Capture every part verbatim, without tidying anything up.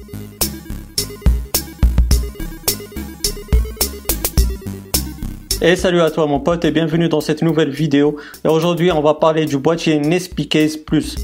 Et salut à toi mon pote et bienvenue dans cette nouvelle vidéo. Et aujourd'hui on va parler du boîtier Nespicase Plus.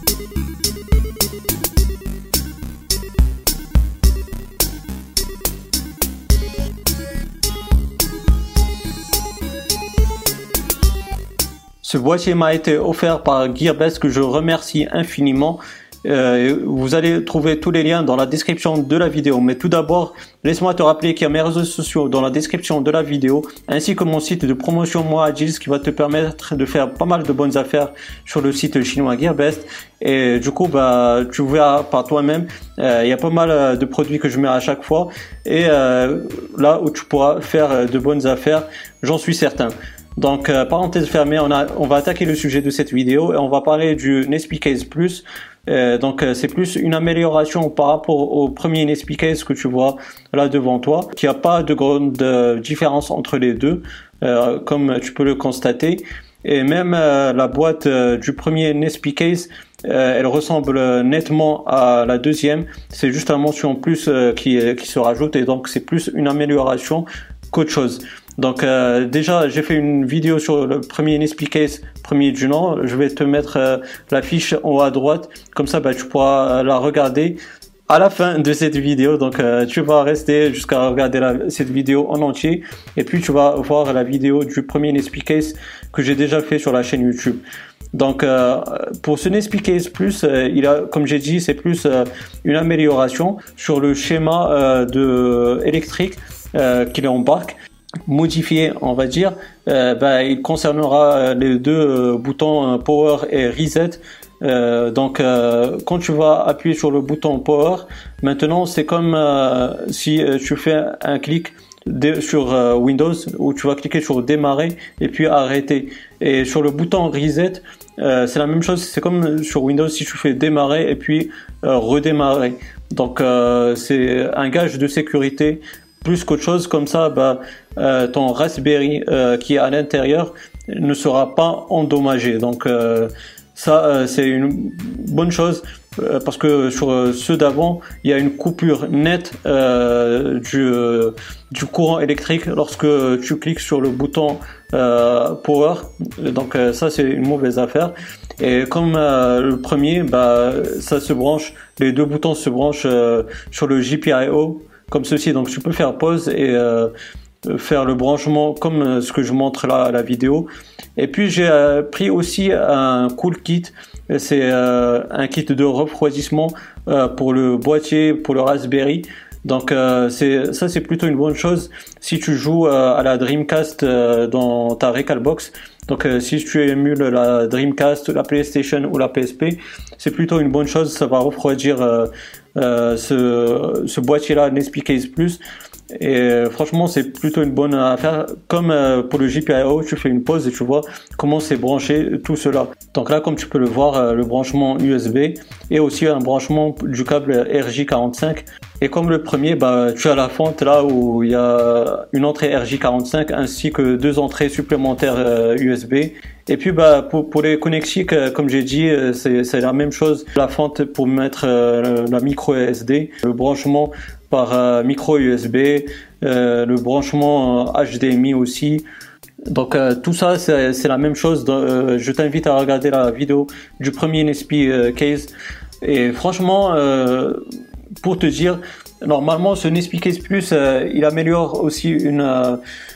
Ce boîtier m'a été offert par Gearbest, que je remercie infiniment. Euh, vous allez trouver tous les liens dans la description de la vidéo. Mais tout d'abord, laisse-moi te rappeler qu'il y a mes réseaux sociaux dans la description de la vidéo, ainsi que mon site de promotion Moi Agile, qui va te permettre de faire pas mal de bonnes affaires sur le site chinois Gearbest. Et du coup, bah, tu verras par toi-même, euh, il y a pas mal de produits que je mets à chaque fois. Et euh, là où tu pourras faire de bonnes affaires, j'en suis certain. Donc, euh, parenthèse fermée, on, a, on va attaquer le sujet de cette vidéo et on va parler du Nespicase Plus. Euh, donc, euh, c'est plus une amélioration par rapport au premier Nespicase que tu vois là devant toi, qui n'a pas de grande euh, différence entre les deux, euh, comme tu peux le constater. Et même euh, la boîte euh, du premier Nespicase, euh, elle ressemble nettement à la deuxième. C'est juste une mention plus euh, qui, qui se rajoute, et donc c'est plus une amélioration qu'autre chose. Donc euh, déjà j'ai fait une vidéo sur le premier Nespicase, premier du nom. Je vais te mettre euh, la fiche en haut à droite, comme ça bah, tu pourras la regarder à la fin de cette vidéo. Donc euh, tu vas rester jusqu'à regarder la, cette vidéo en entier, et puis tu vas voir la vidéo du premier Nespicase que j'ai déjà fait sur la chaîne YouTube. Donc euh, pour ce Nespicase Plus, euh, il a, comme j'ai dit, c'est plus euh, une amélioration sur le schéma euh, de électrique euh, qu'il embarque. Modifié, on va dire, euh, bah, il concernera les deux euh, boutons euh, Power et Reset. Euh, donc euh, quand tu vas appuyer sur le bouton Power, maintenant c'est comme euh, si euh, tu fais un clic sur euh, Windows, où tu vas cliquer sur démarrer et puis arrêter. Et sur le bouton Reset, euh, c'est la même chose, c'est comme sur Windows si tu fais démarrer et puis euh, redémarrer. Donc euh, c'est un gage de sécurité plus qu'autre chose. Comme ça, bah, euh, ton Raspberry euh, qui est à l'intérieur ne sera pas endommagé. Donc euh, ça, euh, c'est une bonne chose, euh, parce que sur euh, ceux d'avant, il y a une coupure nette euh, du, euh, du courant électrique lorsque tu cliques sur le bouton euh, Power. Donc euh, ça, c'est une mauvaise affaire. Et comme euh, le premier, bah, ça se branche, les deux boutons se branchent euh, sur le G P I O, comme ceci. Donc tu peux faire pause et euh, faire le branchement comme euh, ce que je montre là à la vidéo. Et puis j'ai euh, pris aussi un cool kit. C'est euh, un kit de refroidissement euh, pour le boîtier, pour le Raspberry. Donc euh, c'est, ça c'est plutôt une bonne chose si tu joues euh, à la Dreamcast euh, dans ta Recalbox. Donc euh, si tu émules la Dreamcast, la PlayStation ou la P S P, c'est plutôt une bonne chose. Ça va refroidir euh, euh, ce, ce boîtier là Nespicase Plus. Et euh, franchement c'est plutôt une bonne affaire. Comme euh, pour le G P I O, tu fais une pause et tu vois comment c'est branché tout cela. Donc là, comme tu peux le voir, euh, le branchement U S B et aussi un branchement du câble R J quarante-cinq. Et comme le premier, bah, tu as la fente là où il y a une entrée R J quarante-cinq ainsi que deux entrées supplémentaires euh, U S B. Et puis bah, pour, pour les connectiques, euh, comme j'ai dit, euh, c'est, c'est la même chose. La fente pour mettre euh, la micro S D, le branchement par euh, micro U S B, euh, le branchement euh, H D M I aussi. Donc euh, tout ça c'est, c'est la même chose. Euh, je t'invite à regarder la vidéo du premier Nespicase. Et franchement, euh, pour te dire, normalement ce Nespicase Plus, euh, il améliore aussi une, euh,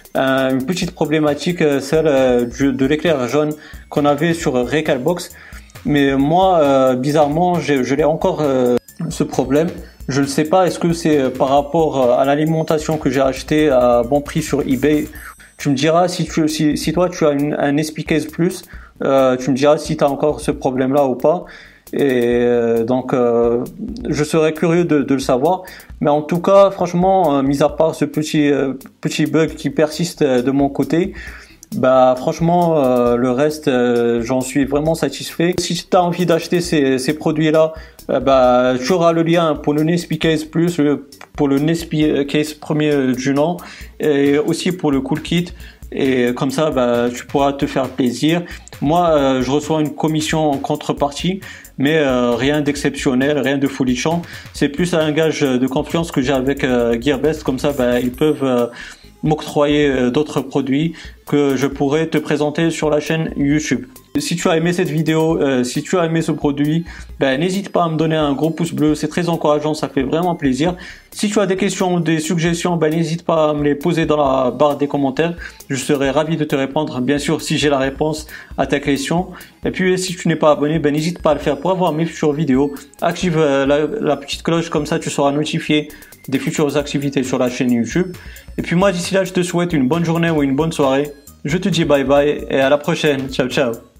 une petite problématique, euh, celle euh, du, de l'éclair jaune qu'on avait sur Recalbox. Mais moi, euh, bizarrement, je, je l'ai encore euh, ce problème. Je ne sais pas, est-ce que c'est par rapport à l'alimentation que j'ai acheté à bon prix sur eBay. Tu me diras si, tu, si, si toi tu as une, un Nespicase Plus, euh, tu me diras si tu as encore ce problème-là ou pas. Et euh, donc euh, je serais curieux de, de le savoir. Mais en tout cas, franchement, euh, mis à part ce petit, euh, petit bug qui persiste de mon côté, bah franchement euh, le reste euh, j'en suis vraiment satisfait. Si tu as envie d'acheter ces, ces produits là, euh, bah tu auras le lien pour le Nespicase Plus, le, pour le Nespicase premier du nom, et aussi pour le cool kit. Et comme ça bah tu pourras te faire plaisir. moi euh, je reçois une commission en contrepartie, mais euh, rien d'exceptionnel, rien de folichon. C'est plus un gage de confiance que j'ai avec euh, Gearbest. Comme ça, ben, ils peuvent euh, m'octroyer euh, d'autres produits que je pourrais te présenter sur la chaîne YouTube. Si tu as aimé cette vidéo, euh, si tu as aimé ce produit, ben, n'hésite pas à me donner un gros pouce bleu, c'est très encourageant, ça fait vraiment plaisir. Si tu as des questions ou des suggestions, ben, n'hésite pas à me les poser dans la barre des commentaires, je serai ravi de te répondre, bien sûr si j'ai la réponse à ta question. Et puis si tu n'es pas abonné, ben, n'hésite pas à le faire pour avoir mes futures vidéos. Active euh, la, la petite cloche, comme ça tu seras notifié des futures activités sur la chaîne YouTube. Et puis moi d'ici là je te souhaite une bonne journée ou une bonne soirée. Je te dis bye bye et à la prochaine. Ciao ciao.